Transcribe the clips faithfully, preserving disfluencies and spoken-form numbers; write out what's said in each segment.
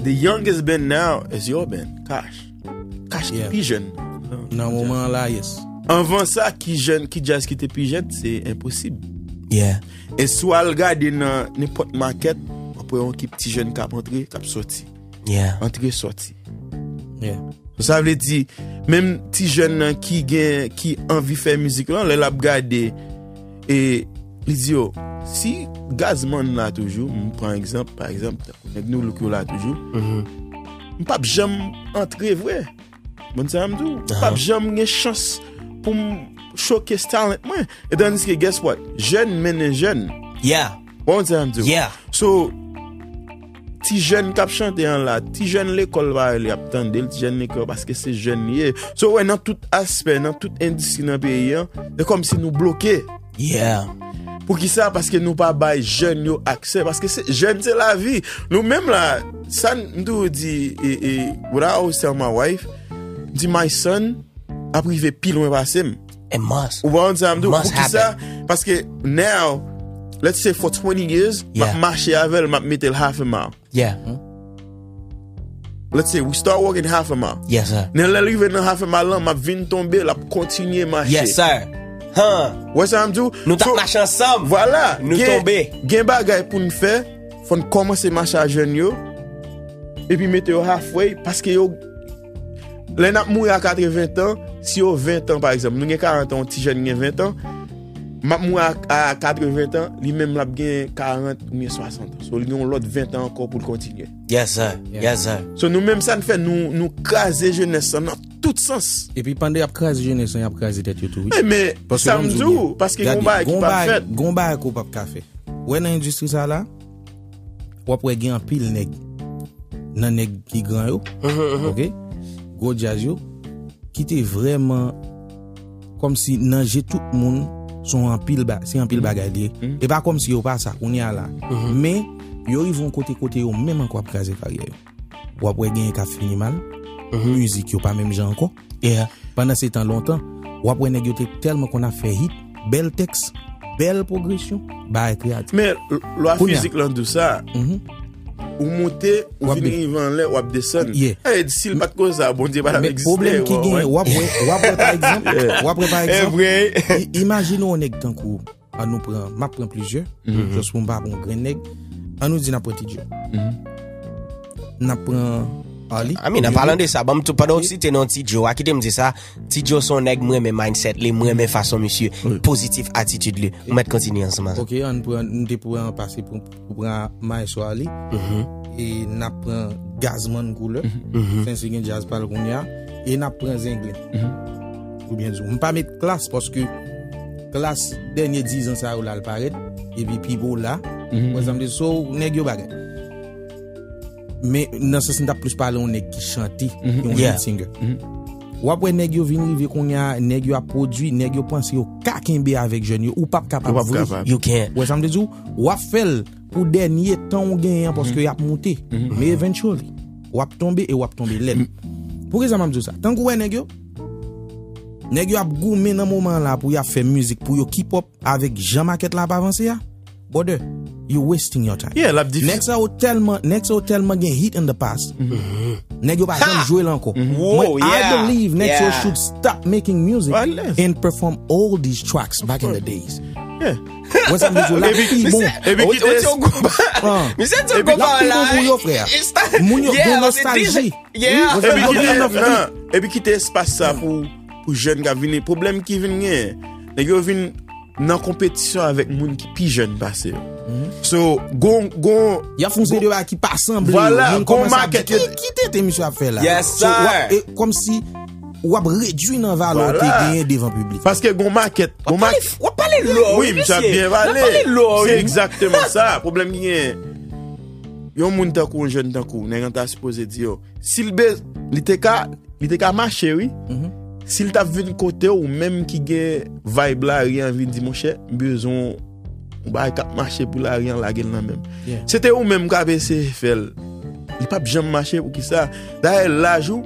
the youngest band now is your band, Cash. Cash qui Yeah. est plus jeune. Dans le moment là, yes. Avant ça, qui jeune, qui jazz qui était plus jeune, c'est impossible. Yeah. Et soit le regarder dans n'importe market, après on qui petit jeune qui a entré, qui a sorti. Yeah. Entré sorti. Yeah. Ça veut dire même petit jeune qui gagne qui envie faire musique là, là l'a regarder et il dit oh, si Gazman là toujours, on prend exemple par exemple, avec nous le là toujours. Mhm. On pas jamais entrer vrai. Bon ça me dit, pas jamais une chance pour choquer ce talent moi. Et tandis que guess what? Jeune mène jeune. Yeah. Bon ça me dit. Yeah. So ti jeune qui chanter en là, ti jeune l'école va aller attendre, ti jeune l'école parce que c'est jeune lié. So ouais dans tout aspect, dans toute industrie dans pays, c'est comme si nous bloqués. Yeah. Pour qui ça? Parce que nous pas bail jeunes yo accès parce que c'est jeune c'est la vie. Nous même là, ça nous dit et et what I always tell my wife, dit my son a privé pile loin passer. It must. Ou bon ça me dit pour Must qui ça? Parce que now let's say for twenty years, Yeah. m'a marché avec m'a mettre half a mile. Yeah. Let's say we start walking half a mile. Yes, sir. Now là arrivé dans half a mile là, m'a vinn tomber, la continuer marcher. Yes, sir. Huh. Ouais ça me dit. Nous So, t'as marché ensemble. Voilà, Nous gen- tomber. Gen bagay pour nous faire, faut nous commencer marcher à jeune yo et puis mettre yo halfway parce que yo là n'a mourir à quatre-vingts ans, si yo vingt ans par exemple, nous gen quarante ans, petit jeune gen vingt ans, m'a mourir à à quatre-vingts ans, lui même l'a gen quarante ou bien soixante ans. So lui gen l'autre vingt ans encore pour le continuer. Yes, sir. Yes, sir. So nous même ça nous fait nous nous craser jeunesse dans tout sens. Et puis pendant y a crase jeunesse, y a crase tête yo tout. oui. Eh, mais Parce que ça comme me je dit dis, parce que regardez, gon bagay qui gon pas bagay- fait. gon bagay ko pa ka fait. Ouais dans industrie ça là, ou après gen en pile nèg. Nan nèg qui grand yo. OK? Go jazz yo qui était vraiment comme si nan j'ai tout le monde sont en pile ba, c'est en pile bagay lié. Et pas comme si yo pas ça, on y a là. Mais yo ils vont côté côté yo même encore craser carrière. Ou après gen ka fini mal. Musique yo pas même genre encore. Yeah. Pendant ce temps longtemps, ou après nèg yo te tellement qu'on a fait hit, bel texte, belle progression, bah créatif. Mais la Kounya. physique là de ça, Mhm. ou monter, ou Wap venir en l'air, ou descendre. Yeah. Eh, s'il pas de cause ça, bon Dieu, pas Mais exister. problème qui ouais, gagne, ouais. ou après ou après par exemple, ou après par Eh, exemple, vrai. i- imaginons on nèg tant kou, on nous prend, m'a prend plusieurs, je suis pas bon grand nèg, on nous dit n'a prend Tidjo. N'a prend Ali. I mean, en parlant de ça, bon, tout pendant aussi t'es non Tidjo, à qui te me dit ça, Tidjo son nèg moi mes mindset, les moi mes façon monsieur, positive attitude lui. On va continuer ensemble. OK, on prend on te pour en passer pour pour prendre Maestro Ali. Et n'a prend Gazman couleur. C'est ce que jazz parle qu'on y a et n'a prend Zinglin. Ou bien dire, on pas mettre classe parce que classe dernier dix ans ça ou là le paraît et puis Pibo là. Par exemple, so nèg yo bagay. Mais dans ce sens, on a plus parlé on nèg qui chanter, on Yeah. lead singer. Ou après nèg yo vinn rive qu'on y a nèg yo a produit, nèg yo pense yo ka kembe avec jeune yo ou pas capable. Ou pas vrai. capable. You can't. Ouais, ça me dit ou a fait pour dernier temps ou gagnant parce que y a monté. Mais eventually, ou a tombé et ou a tombé l'aile. Pour que ça m'a dit ça? Tant que ouais nèg yo nèg yo a goumé dans moment là pour y a faire musique pour yo keep up avec Jean Maquette là pas avancer ya. Brother, you wasting your time. Yeah, la difficile. Next au tellement next au tellement gain hit in the past. Nèg yo pas jamais jouer là encore. Whoa, But yeah, I believe next yeah. yo should stop making music Well, yes. and perform all these tracks back in the days. Yeah. Ouais, ça me dit là Et puis, puis bon. Et puis, Oh, qui oh, te- oh, oh, Ah. Mais c'est un Et puis, gros la là. people pour yo, frère. It's that- Moun yo Yeah, gon on nostalgie. se dit- Yeah. Oui, Et puis, Yo, qui yo, te- yo, non. Et puis, qui te espace ça pour, pour jeunes qui viennent. Problème qui viennent, les gars viennent dans compétition avec moun qui plus jeune passé. So, gon, gon, y a foncé de là qui pas semblé. Voilà, Moun gon commence à market, dire, Qui qui t'était monsieur à faire là? Yes, So, sir. ou a- et comme si ou a réduit dans valeur Voilà. qui gagné devant public. parce que gon market, gon On market. parle l'eau. Oui, mais ça a bien valé. C'est exactement ça. Problème qui est, yon moun tan kou, jeune tan kou, nèg an ta supposé dire, yo, s'il bez, li te ka, li te ka marché, oui. S'il t'a venu côté ou même qui gen vibe là, rien vient dire, mon cher, besoin, ou ba kap marché pour la rien la gen nan même. Yeah. C'était ou même qui avait fait, il pas jamais marché pour qui ça. D'ailleurs, la jou,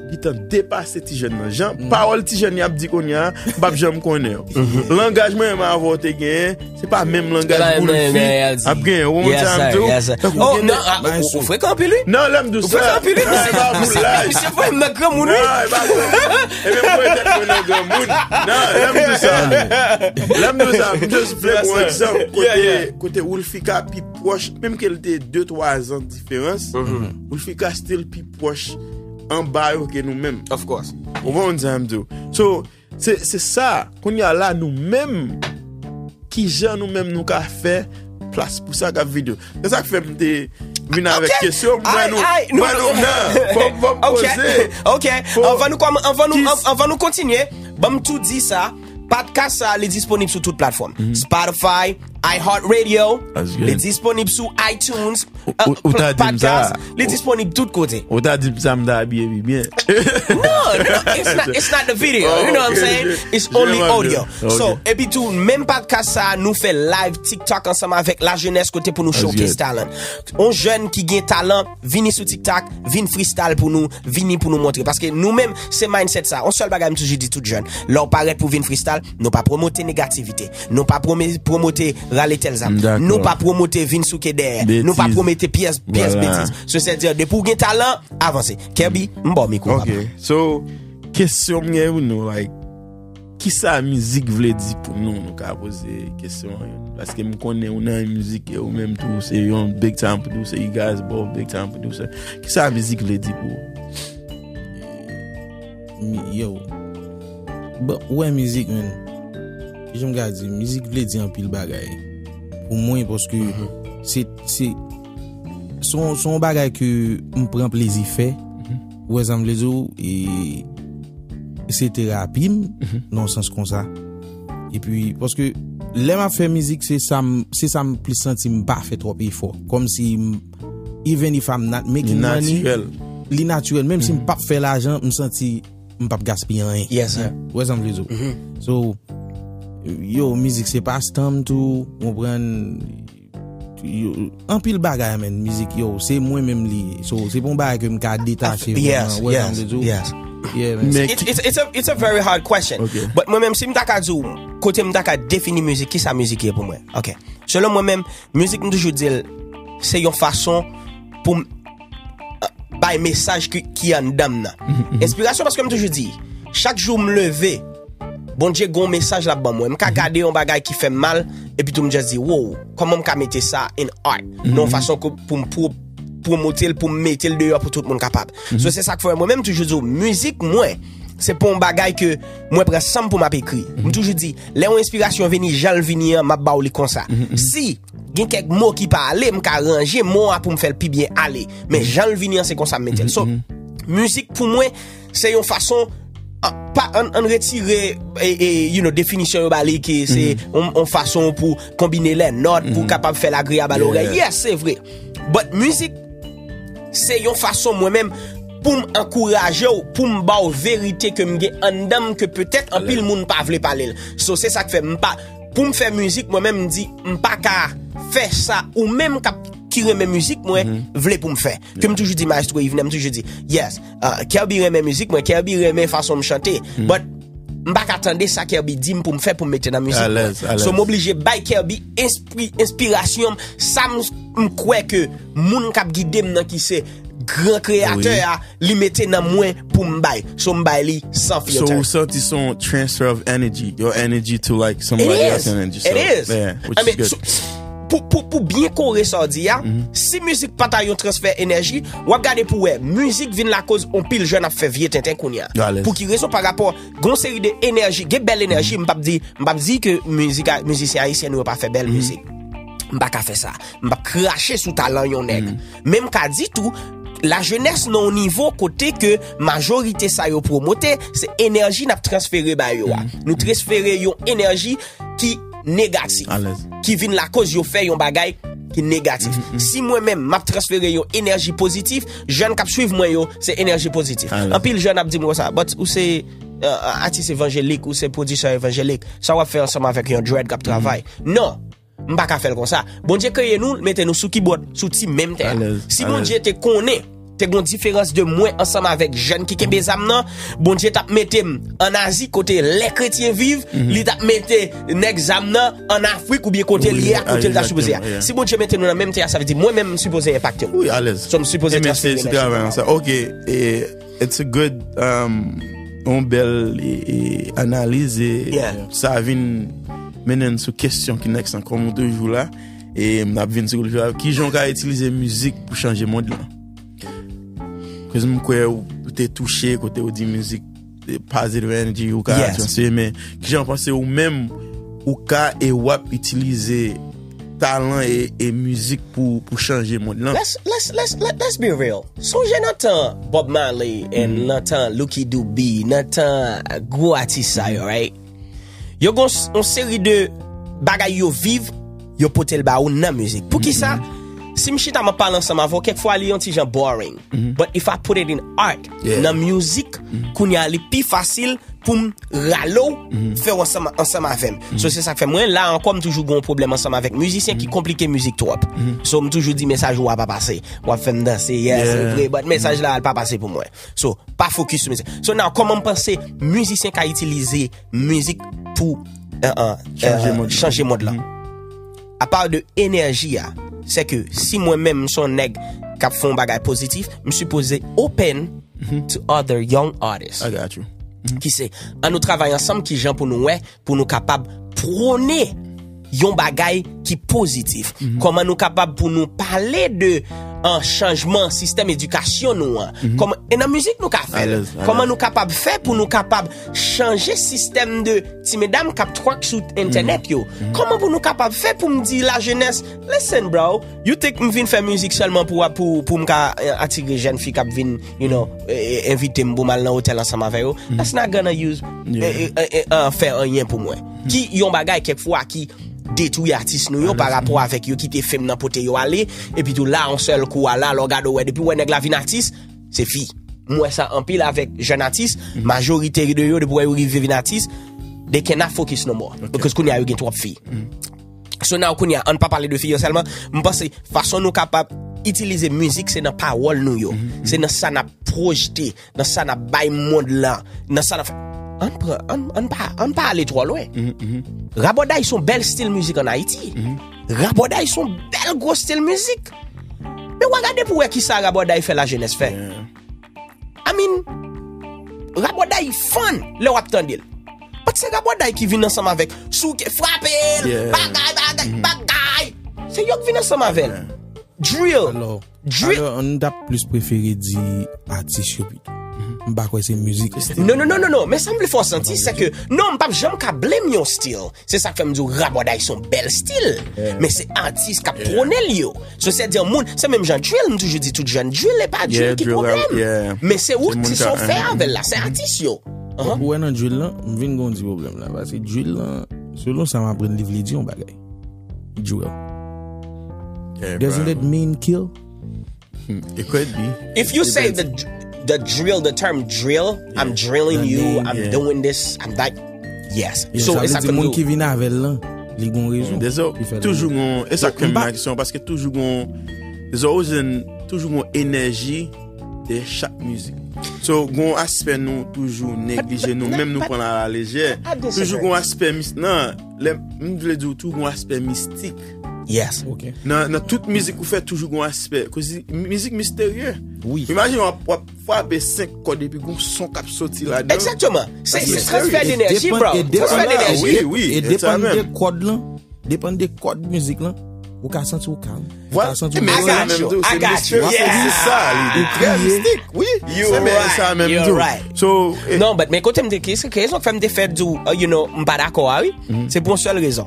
li tan dépasser ti jeune nan. Jean, parole ti jeune y a dit qu'on y a, m'pa j'aime connaît. Langage moi m'a voté gain, c'est pas même langage pour le fille. A bien, on t'aime. Oh non, on fréquente lui. Non, l'homme de ça. On fréquente lui. C'est pas un grand moun. Et même moi être un grand moun. Non, l'homme de ça. L'homme de ça, juste faire un exemple côté côté Wolfika puis proche, même qu'elle était deux trois ans de différence. Wolfika still plus proche en bas que nous-mêmes. Of course. On va dire amdou. So, c'est c'est ça qu'on y a là nous-mêmes qui gens nous-mêmes nous qu'a fait place pour ça qu'a vidéo. C'est ça que fait me venir avec question moi nous moi nous non, faut poser. OK. On va nous on va nous on va nous continuer. Bam tout dit ça. Podcast ça est disponible sur toute plateforme. Mm-hmm. Spotify, iHeartRadio, il est disponible sur iTunes, uh, ou, ou podcast, il est disponible de tous côtés. Ou t'as dit ça m'da habillé bien. No, no, it's not it's not the video, oh, you know what I'm saying? It's only audio. Okay. So, et puis tout même podcast ça nous fait live TikTok ensemble avec la jeunesse côté pour nous showcase talent. On jeune qui gagne talent, vini sur TikTok, vini freestyle pour nous, vini pour nous montrer parce que nous-mêmes c'est mindset ça. On seul bagage toujours dit tout jeune. Leur paraît pour vini freestyle non pas promoter négativité, non pas promoter râler tel âme, non pas promoter vin sous keder, non pas promoter pièce pièce bêtise. C'est-à-dire de pour gain talent, avancer. Kirby, m'bon micro. OK. So, question m'gain nous like qui ça musique veut dire pour nous nous ka poser question parce que me connais on a une musique ou même tout c'est un big time producer, you guys both big time producer. Qui ça musique veut dire pour yo Bon, ouais, musique, man. J'aime garder, musique veut dire un pile bagaille. Pour moi, parce que mm-hmm. c'est, c'est, son, son bagaille que me prend plaisir fait. Mm-hmm. Ouais, ça me les et c'est thérapie, mm-hmm. dans le sens comme ça. Et puis, parce que, là, m'a fait musique, c'est ça, c'est ça me plus senti m'pas fait trop effort. Comme si, even if I'm not making money. L'inatural. Même mm-hmm. si m'pas fait l'argent, me senti, m'pas gaspiller rien. Yes, sir. Ouais, ça me les mm-hmm. So, yo, musique, c'est pas stam tout, on prend, un pile bagay, man, musique, yo, c'est moi-même li. So, c'est bon bagay que m'ka détaché. Yes, ouais, yes, yes. Yeah, man. It's, it's, it's, a, it's a very hard question. Okay. But moi-même, si m'taka djou, côté m'taka définir musique, qui sa musique est pour moi? Ok. Selon moi-même, musique m'toujou dit, c'est une façon pour by message qui en dame nan. Inspiration parce que m'toujou dit, chaque jour me lever, bon Dieu gon message là-bas moi, m'ka garder un bagay qui fait mal et puis tout me dit wow, comment m'ka mettre ça in art, non façon que pour pour promoter pour mettre le dehors pour tout le monde capable. So c'est ça que fait moi même toujours dis musique moi c'est pour un bagay que moi prend ça pour m'a écrit. Me toujours dit les inspiration venir Jean venir m'a ba ou li comme ça. Si gen quelques mots qui parler m'ka ranger mots pour me faire plus bien aller, mais Jean venir c'est comme ça me mettre. So musique pour moi c'est une façon pas en retirer et you know définition balé qui c'est une façon pour combiner les notes pour capable faire l'agréable à l'oreille. Yes, c'est vrai. But musique c'est une façon moi-même pour m'encourager ou pour me ba vérité que m'gè en dame que peut-être un pile monde pas vle parler. So c'est ça que fait m'pas pour me faire musique moi-même dit m'pas ka faire ça ou même ka qui remet musique moi vle pour me faire que me toujours dit maestro il venait me toujours dit yes uh, Kirby remet musique moi Kirby remet façon me chanter but m'pas attendre ça Kirby dit pour me faire pour me mettre dans musique so m'obligé by Kirby inspiration ça me croit que moun k'ap guider m'nan qui c'est grand créateur li mette dans moi pour m'bay so m'bay li sans filtre so senti son transfer of energy your energy to like somebody else's energy so, it is yeah, which I is mean, good so, Pour, pour, pour bien correr ça dit ya, mm-hmm. si musique pas ta yon transfert énergie, ou regarder pour ouais, musique vient la cause on pile jeune a fait vieux tintin kounya. Pour qui raison par rapport gon série de énergie, ge belle énergie, m'pa dit, m'pa dit que musique musicien haïtien ou pas fait belle mm-hmm. musique. M'pa ka fait ça. M'pa cracher sous talent yon nèg. Mm-hmm. Même ka dit tout la jeunesse non niveau côté que majorité ça yo promoter, c'est énergie n'a transféré ba yo. Mm-hmm. Nous transférer yon énergie qui négatif qui vient la cause yo fait yon bagay qui négatif. Mm-hmm. Si moi même m'a transféré yon énergie positive, jeune cap suivre moi yo c'est énergie positive. En pile jeune a dit moi ça, but ou c'est uh, artiste évangélique ou c'est producteur évangélique, ça va faire ensemble avec un dread cap travail. Mm-hmm. Non, m'pa ka faire comme ça. Bon Dieu créé nous, mettez nous sous keyboard, sous ti même terre. Si bon Dieu te connaît te gon différence de moi ensemble avec jeune qui kembe zam nan, bon Dieu t'a mette en Asie côté les chrétiens vivent, li t'a mette nèg zam nan en Afrique ou bien côté lié à côté t'a supposé. Si bon Dieu mette nous dans même terre, ça veut dire moi même supposé impacter. Oui, à l'aise. Sommes supposé transférer ça. OK, et it's a good um on belle et, et analyse et yeah. Ça vient mener sur question qui next comme toujours là et m'a vinn sur le qui j'ont qu'à utiliser musique pour changer le monde là. Que je me crois ou t'es touché côté ou dit musique positive energy ou ka transférer mais qui j'en pense ou même ou ka et wap utiliser talent et, et musique pour pour changer le monde là. Let's let's let's let, let's be real. Songe Nathan Bob Marley and mm. Nathan Lucky Dube, Nathan gros artiste ça, right? Yo gon on série de bagay yo vive, yo potel ba ou nan musique. Pour qui ça? Si m'chita m'a parle ensemble avant quelquefois li un petit genre boring. Mm-hmm. But if I put it in art, yeah. Nan musique, mm-hmm. Kounya li pi facile pour m ralo mm-hmm. faire ensemble ensemble avec. Mm-hmm. So c'est ça que fait moi là encore m toujours gon problème ensemble avec musicien mm-hmm. qui compliquer musique trop. Mm-hmm. So m toujours dit message ou pas passer. Ou faire me danser, yes, yeah. C'est vrai, but message là pas passer pour moi. So pas focus sur musique. So now comment penser musicien qui a utilisé musique pour euh, euh, changer euh, mode changer mode là. Mm-hmm. À part de énergie là, c'est que si moi-même son nèg qui font bagay positif, me supposé open mm-hmm. to other young artists. I got you. Mm-hmm. Qui c'est en nous travailler ensemble qui gens pour nous ouais pour nous capable prôner yon bagay qui positif. Mm-hmm. Comment nous capable pour nous parler de un changement système éducation nous mm-hmm. Comment et dans musique nous ka faire comment nous capable faire pour nous capable changer système de ti mesdames cap trois sur internet yo mm-hmm. Comment pour nous capable faire pour me dire la jeunesse listen bro you think me vinn faire musique seulement pour pour pour me attirer jeune fille cap vinn you know eh, inviter me pour mal dans hôtel ensemble avec eux mm-hmm. That's not gonna use yeah. eh, eh, eh, eh, faire rien pour moi mm-hmm. Qui yon bagay quelquefois qui détruit artiste nous yo par rapport avec yo qui te fait dans pote yo aller et puis tout là en seul coup là le regarde ouais depuis ouais nèg la vie artiste c'est fille moi ça en pile avec jeune artiste mm-hmm. Majorité de yo depuis ouais arriver vie artiste they cannot focus no more okay. Because kounya yo gen trop fille mm-hmm. So now kounya on pas parler de filles seulement me pense façon nous capable utiliser musique c'est dans parole nous yo mm-hmm. C'est dans ça n'a projeter dans ça n'a bail monde là dans ça n'a on on on pas on pas aller trop loin. Mm-hmm. Raboda ils sont belle style musique en Haïti. Mm-hmm. Raboda ils sont belle gros style musique. Mais regardez pour qui ça Raboda il fait la jeunesse fait. Yeah. I mean Raboda il fun le rap tandil. Parce que c'est Raboda qui vient ensemble avec sou qui frapper bagay bagay bagay. C'est yo qui vient ensemble avec. Yeah. Drill. Alors, drill. Alors on a plus préféré dire artiste plutôt. M'pa quoi c'est musique. Non non non non non, mais ça me fait sentir c'est que non, m'pa jamais ka blame your style. C'est ça que fait me dire Raboda ils sont bel style. Yeah. Mais c'est artiste qui yeah. prône yo. So c'est dire monde, c'est même Jean drill, me toujours dit tout jeune drill est pas drill yeah, qui problème. Yeah. Mais c'est où qui sont fait avec là, c'est artiste yo. Uh-huh. Ouais dans drill là, m'vinn gon di problème là parce que drill là selon ça m'a prendre livre dit on bagay. Drill. Yeah, doesn't it mean kill? Hmm. It could be. If you it say the the drill, the term drill, yeah. I'm drilling you, name, I'm yeah. doing this, I'm that. Yes. Yeah, so it's like monde qui vient avec là, il gon raison. Désolé. Toujours gon et ça comme action parce que toujours gon there's always an toujours gon énergie de chaque musique. So gon aspect nous toujours négliger nous même nous prendre à la légère. Toujours gon aspect non, les me veut dire tout gon aspect mystique. Yes. Okay. Dans dans toute musique vous fait toujours un aspect cause musique mystérieux. Oui. Imagine on frapper cinq cordes et puis un son cap sorti là-dedans. Exactement. C'est c'est transfert d'énergie bro. Transfert d'énergie. Oui oui. Et dépend des cordes là, dépend des cordes musique là. Vous ka sentir au calme. Voilà. C'est même c'est ça, très mystique. Oui. C'est ça même tout. So non, but mais côté me dire qu'est-ce que ils fait me faire du you know, pas d'accord oui. C'est pour une seule raison.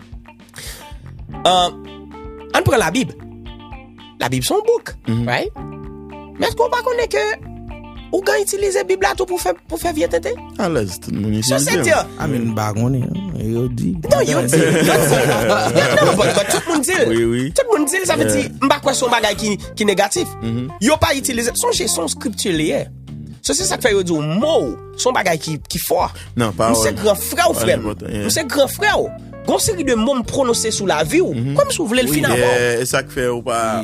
Euh, on prend la Bible. La Bible son book, mm-hmm. Right? Mais est-ce qu'on pas connaît que ou quand utiliser Bible là tout pour faire pour faire vieux tété? À l'aise tout le monde utilise. So c'est dire. I mean ba connait, yo dit. Non, yo dit. Non, but tout le monde dit. Oui, oui. Tout le monde dit ça veut dire m'pa quoi son bagay qui qui négatif. Yo pas utiliser son son scripture lié. So c'est ça que fait yo dire mot, son bagay qui qui fort. Non, pas. C'est grand frère ou frère. C'est grand frère. Gon série de mots prononcés sous la vie ou mm-hmm. Comme si vous voulez le oui, fin avant. Yeah, et ça que fait ou pas yeah. ou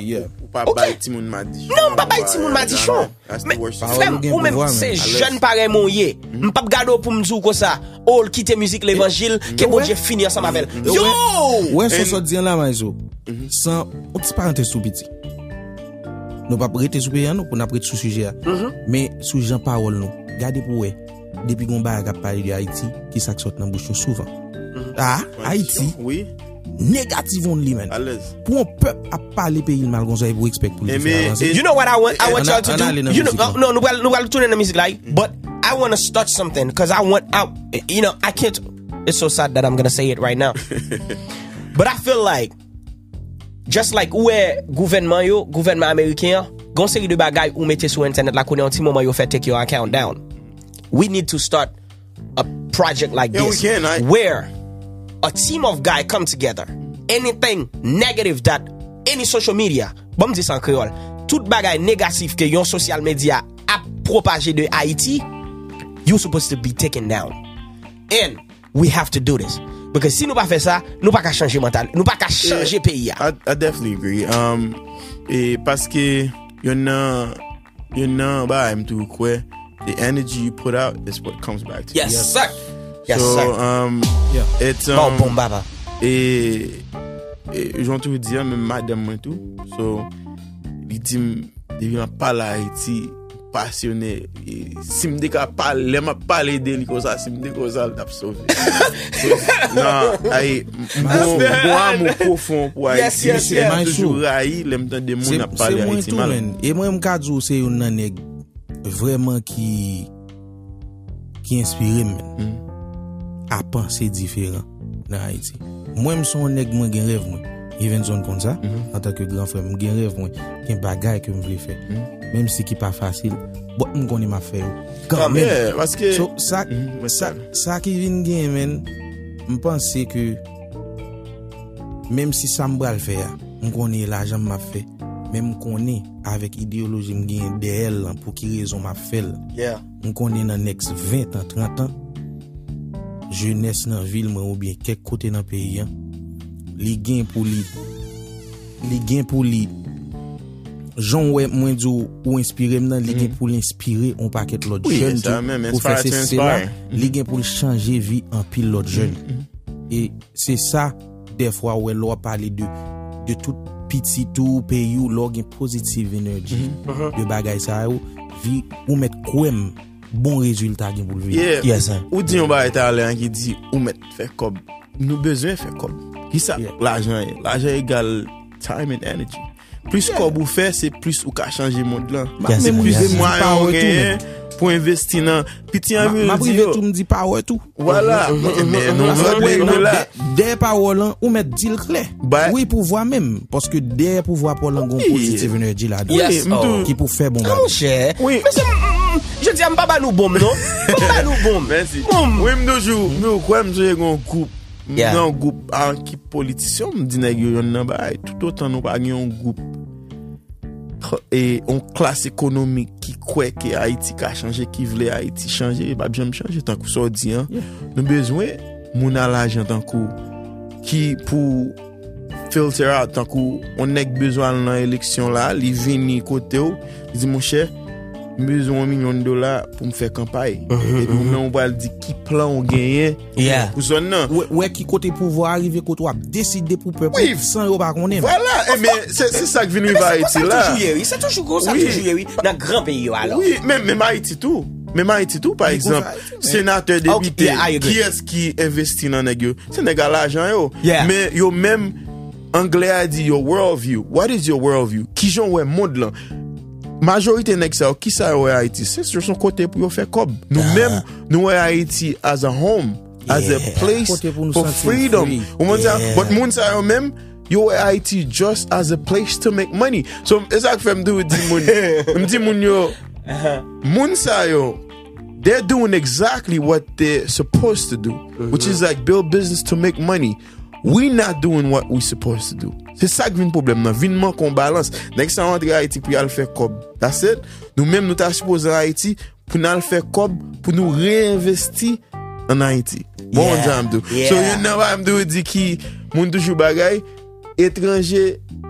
pas bailler ti moun madichon. Non, pas bailler ti moun madichon. Mais frère, ou même c'est jeune pareil mon yé. M'pas garder pour me dire comme ça. Oh, quitter musique l'évangile, que bon Dieu finir ensemble avec. Yo! Ouais, ça ça dit là Maiso. Sans on petit parenthèse tout petit. Nous pas prêter sous pays nous pour n'a prêter sous sujet. Mais sous Jean parole nous. Gardez pour ouais. Depuis qu'on ba a parler de Haïti, qui ça sort dans bouche souvent. Ah, Haïti. Oui. Négative on lui, man. À l'aise. Pour un peuple à parler pays mal comme ça, il faut expect pour le faire. You know what I want? I want y'all to do. You know, no, no, no, no, tune in the music like, but I want to start something because I want, I, you know, I can't. It's so sad that I'm gonna say it right now, but I feel like, just like où est gouvernement yo, gouvernement américain, gon série de bagaille ou mettez sur internet là qu'on est un petit moment yo fait take your account down. We need to start a project like yeah, this we can, right? where a team of guys come together. Anything negative that any social media, bon dis en créole, tout bagay négatif que yon social media a propagé de Haïti, you supposed to be taken down. And we have to do this. Because si nous pas fait ça, nous pas qu'à changer mental, nous pas qu'à changer yeah, pays. I, I definitely agree. Um, et parce que yon a, yon a, bah, m'tou quoi, the energy you put out is what comes back to you. Yes, yes, sir. Yes, so, sir. Um, yeah. It's, um, bon, bon, baba. Et, et j'en tout dire, même madame, moi tout. So, il dit, il vient parler à Haïti, passionné. Et si me dit qu'à parler, m'a parlé d'elle comme ça, si me dit comme ça, il t'a sauvé. Non, aïe, bon, bon amour profond pour Haïti. Yes, yes, yes. Toujours raï, l'aime tant de monde à parler à Haïti. Et moi, m'kadou, c'est un nèg vraiment qui, qui inspire, mm. à penser différent dans Haïti. Moi, je suis un nèg, moi, j'ai un rêve, moi. Even zone comme ça, mm-hmm. en tant que grand frère, j'ai un rêve, moi, qui est un bagage que je voulais faire. Mm-hmm. Même si c'est pas facile, bon, je connais ma faire. Quand même. Yeah, parce que. So, ça, mm-hmm. ça, ça qui vient de gagner, je pense que, même si ça me va le faire, je connais l'argent m'a fait. Même je connais avec idéologie, je gagne derrière pour qui raison m'a fait. Yeah. Je connais dans les next vingt ans, trente ans. Jeunesse dans ville ou bien quelque côté dans pays li gain pour li li gain pour li Jean ouais moi dit ou inspirer maintenant li gain pour l'inspirer on paquet l'autre jeune pour faire cela li gain pour changer vie en pile l'autre jeune et c'est ça des fois où l'on parler de de tout petit tout pays où l'on gain positive énergie de bagay ça vie ou mettre quoi bon résultat pour le vivre. Yeah. Yes, sir. Ou dit on va italien qui dit ou mettre faire comme nous besoin faire comme. Qui ça yeah. L'argent l'argent égale time and energy. Plus yeah. Comme vous fait c'est plus ou qu'a changer monde là. Yes, mais plus yes. de moyens pour investir dans petit en ma privé tout me dit power tout. Voilà. Mais non là des paroles ou mettre deal clair. Oui pouvoir même parce que des pouvoir pour l'angon positive énergie là qui pour faire bon mon cher. Oui. Je dis, pas nous bombe, non? Pas nous bombe. Merci. Oui, m'dojou, nous, quoi, m'dojou, un groupe, un groupe, qui politicien, m'dit, tout autant, nous, pas un groupe, et, une classe économique qui croit que Haïti a changé, qui voulait Haïti changer, bah, bien changer, tant que ça dit, hein. Nous besoin, moun a l'argent, tant que, qui, pour, filter out, tant que, on a besoin dans l'élection là, les vini côté où, il dit, mon cher, besoin un million de dollars pour me faire campagne. Mm-hmm. Et nous, on va dire qui plan on gagne. Yeah. Pour ça, non. Ouais, ouais, qui côté pouvoir arriver, côté ou décider pour peuple. Oui. Sans yo pas connaître. Voilà. Eh, mais c'est, c'est ça qui vient à Haïti là. C'est toujours comme ça, toujours, oui. Dans grand pays, alors. Oui, même, même Haïti tout. Même Haïti tout, par exemple. Sénateur, député. Okay, yeah, qui est-ce qui investit dans les gars? C'est les gars l'argent, yo. Yeah. Mais yo même, anglais a dit your worldview. What is your worldview? Qui j'en ouais monde là? Majorité nèg ça qui ça ouais Haïti c'est sur son côté pour faire comme nous même nous ouais Haïti as a home yeah. as a place for freedom on va dire but moun ça même yo ouais Haïti just as a place to make money so c'est ça que fait me dire moun me dit moun yo moun ça yo they're doing exactly what they're supposed to do mm-hmm. which is like build business to make money. We not doing what we supposed to do. C'est ça qui vient le problème. Nous vinement qu'on balance. Next time on rentre à Haïti pour aller faire cob. That's it. Nous même nous t'as supposé à Haïti pour nous faire cob pour nous réinvestir en Haïti. Bon, on dit. So you know what I'm doing dit qui moun toujours bagay étranger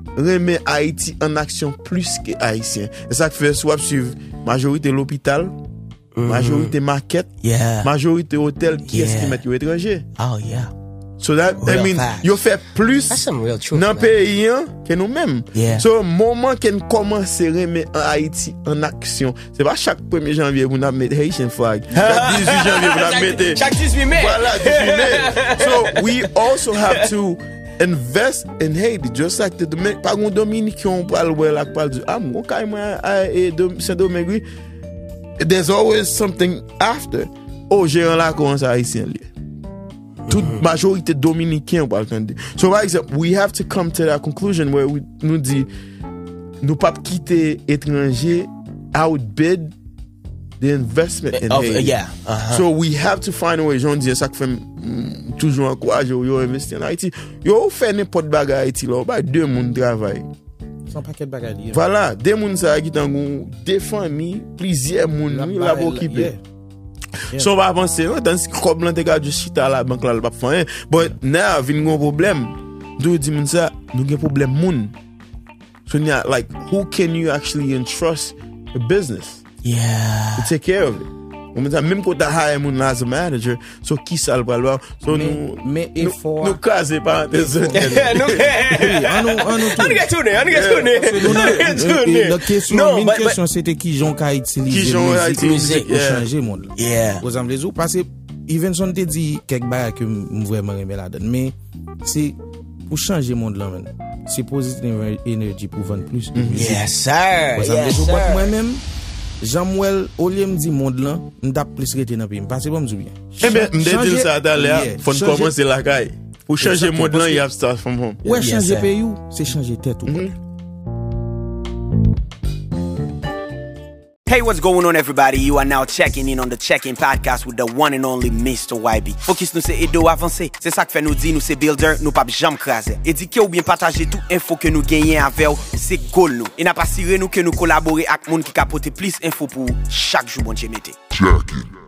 remet Haïti en action plus que Haïtien. Et ça fait soit suivre majorité l'hôpital, mm-hmm. majorité maquette, yeah. majorité hôtel qui Yeah. est-ce qui met aux étrangers. Oh yeah. So that, Real I mean, facts. yo fait plus That's some real truth, dans man. le pays hein, que nous-mêmes. Yeah. So, moment qu'on commence à remettre en Haïti en action, c'est pas chaque premier janvier vous n'avez mettre Haitian flag. Chaque dix-huit janvier vous n'avez mettre. Chaque dix-huit mai. Voilà, dix-huit mai. So, we also have to invest in Haiti, just like the Dominican. Par contre, Dominicain, on parle, well, like, parle du, ah, mon carrément, et Saint-Domingue, there's always something after. Oh, j'ai un là, comment ça, haïtien, lié. Toute majorité dominicaine, on parle de. So, par exemple, we have to come to that conclusion where we, nous dit, nous pas quitter étranger, outbid the investment in Of, Haiti. yeah. Uh-huh. So we have to find a way. J'en dis ça que fait mm, toujours encourager yo investir en Haïti. Yo fait n'importe bagarre Haïti là, ba deux moun travail. Son paquet de bagages. Voilà, deux moun ça qui t'en deux familles, plusieurs moun ni la pour occuper. So va penser, tandis que comme l'on te gade chita la banque là, pas faire. But now vinn gon problème. Do di moun ça, nous gen problème moun. So now like who can you actually entrust a business Yeah. to take care of it? Même quand tu as hire moun as a manager, so qui ça le parle so Mais- nous mais nous effort- nous caser parenthèse. Nou- On nous, on nous On get to there, on get to there. On get to there. La question, Non, une but- but- question c'était qui j'ont qu'à utiliser Qui j'ont musique utiliser, pour yeah. changer le monde. Yeah. Aux exemple les autres, parce que Evenson te dit quelques bagages que m vraiment aimé la donne, mais c'est pour changer le monde là, man. C'est positive energy pour vendre plus. de musique. Yes, sir. Aux exemple Yes, les autres, sir. moi-même, Jean-Mouel, au lieu me dit monde là, m't'a plus rester dans le pays. Parce que bon, me bien. Eh ben, m'de Changer- dire ça d'ailleurs, Yeah. faut Changer- commencer la caille. Pour changer Exactement, mode là, parce que- you have to start from home. Ouais, Yes, changer sir. pays, ou, c'est changer tête ou. Mhm. Hey, what's going on, everybody? You are now checking in on the Check-In Podcast with the one and only Mister Y B. Focus nous c'est Edo avancé. C'est ça que fait nous dire, nous c'est builder, nous pas jam craser. Édiquer ou bien partager tout info que nous gagnons avec vous, c'est goal nous. Et n'a pas siré nous que nous collaborer avec monde qui capote plus info pour chaque jour bon Dieu mettez. Check it.